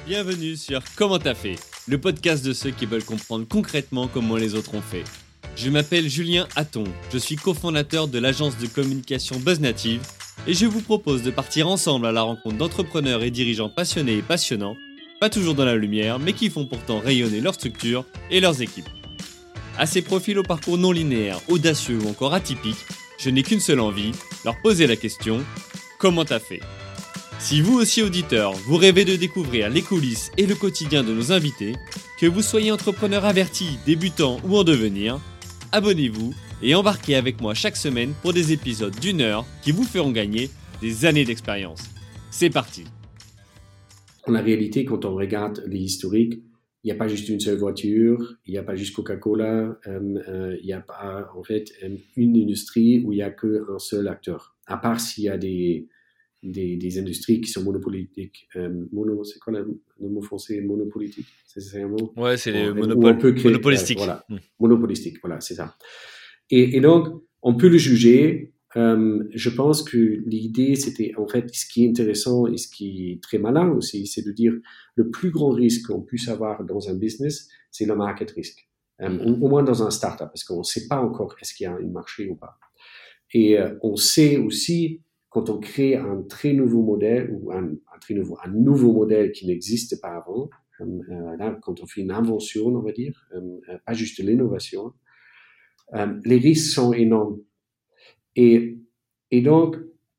Bienvenue sur Comment t'as fait, le podcast de ceux qui veulent comprendre concrètement comment les autres ont fait. Je m'appelle Julien Hatton, je suis cofondateur de l'agence de communication BuzzNative et je vous propose de partir ensemble à la rencontre d'entrepreneurs et dirigeants passionnés et passionnants, pas toujours dans la lumière, mais qui font pourtant rayonner leur structure et leurs équipes. À ces profils au parcours non linéaire, audacieux ou encore atypiques, je n'ai qu'une seule envie, leur poser la question « Comment t'as fait ?» Si vous aussi auditeur, vous rêvez de découvrir les coulisses et le quotidien de nos invités, que vous soyez entrepreneur averti, débutant ou en devenir, abonnez-vous et embarquez avec moi chaque semaine pour des épisodes d'1 heure qui vous feront gagner des années d'expérience. C'est parti. En réalité, quand on regarde les historiques, il n'y a pas juste une seule voiture, il n'y a pas juste Coca-Cola, il n'y a pas en fait une industrie où il n'y a qu'un seul acteur. À part s'il y a des industries qui sont monopolitiques. C'est quoi le mot français? Monopolitique, c'est un mot? Ouais, c'est les monopolistique. Voilà, monopolistique, voilà, c'est ça. Et donc, on peut le juger. Je pense que l'idée, c'était en fait, ce qui est intéressant et ce qui est très malin aussi, c'est de dire le plus grand risque qu'on puisse avoir dans un business, c'est le market risk. Au moins dans un startup, parce qu'on ne sait pas encore est-ce qu'il y a un marché ou pas. Et on sait aussi quand on crée un très nouveau modèle ou un nouveau modèle qui n'existe pas avant, là, quand on fait une invention, on va dire, pas juste l'innovation, les risques sont énormes. Et donc,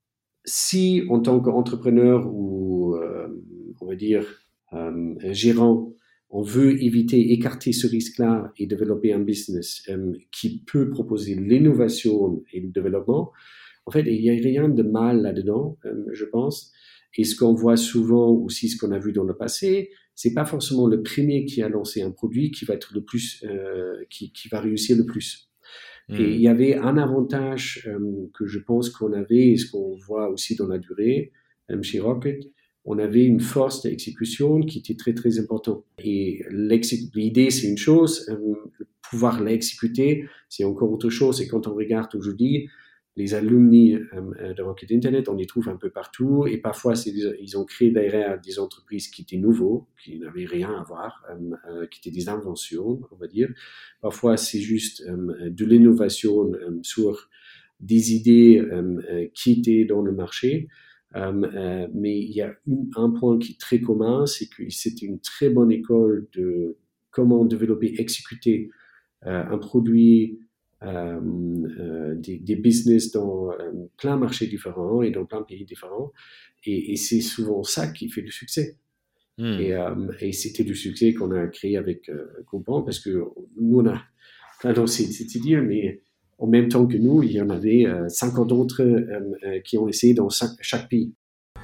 si en tant qu'entrepreneur ou, on va dire, gérant, on veut écarter ce risque-là et développer un business qui peut proposer l'innovation et le développement, en fait, il n'y a rien de mal là-dedans, je pense. Et ce qu'on voit souvent aussi, ce qu'on a vu dans le passé, c'est pas forcément le premier qui a lancé un produit qui va être le plus, qui va réussir le plus. Et il y avait un avantage que je pense qu'on avait, et ce qu'on voit aussi dans la durée chez Rocket, on avait une force d'exécution qui était très très importante. Et l'idée, c'est une chose, pouvoir l'exécuter, c'est encore autre chose. Et quand on regarde aujourd'hui, les alumni de Rocket Internet, on les trouve un peu partout et parfois ils ont créé derrière des entreprises qui étaient nouveaux, qui n'avaient rien à voir, qui étaient des inventions, on va dire. Parfois c'est juste de l'innovation sur des idées qui étaient dans le marché. Mais il y a un point qui est très commun, c'est que c'était une très bonne école de comment développer, exécuter un produit, des business dans plein de marchés différents et dans plein de pays différents. Et c'est souvent ça qui fait le succès. Et c'était le succès qu'on a créé avec Groupon parce que nous, on a, enfin, c'est dire, mais en même temps que nous, il y en avait 50 autres qui ont essayé dans chaque pays.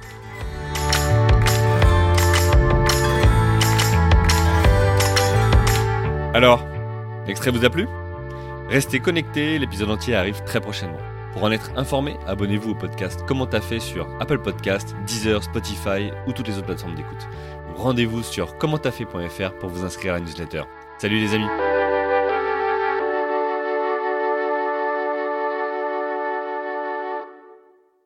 Alors, l'extrait vous a plu ? Restez connectés, l'épisode entier arrive très prochainement. Pour en être informé, abonnez-vous au podcast Comment t'as fait sur Apple Podcasts, Deezer, Spotify ou toutes les autres plateformes d'écoute. Rendez-vous sur commenttafait.fr pour vous inscrire à la newsletter. Salut les amis!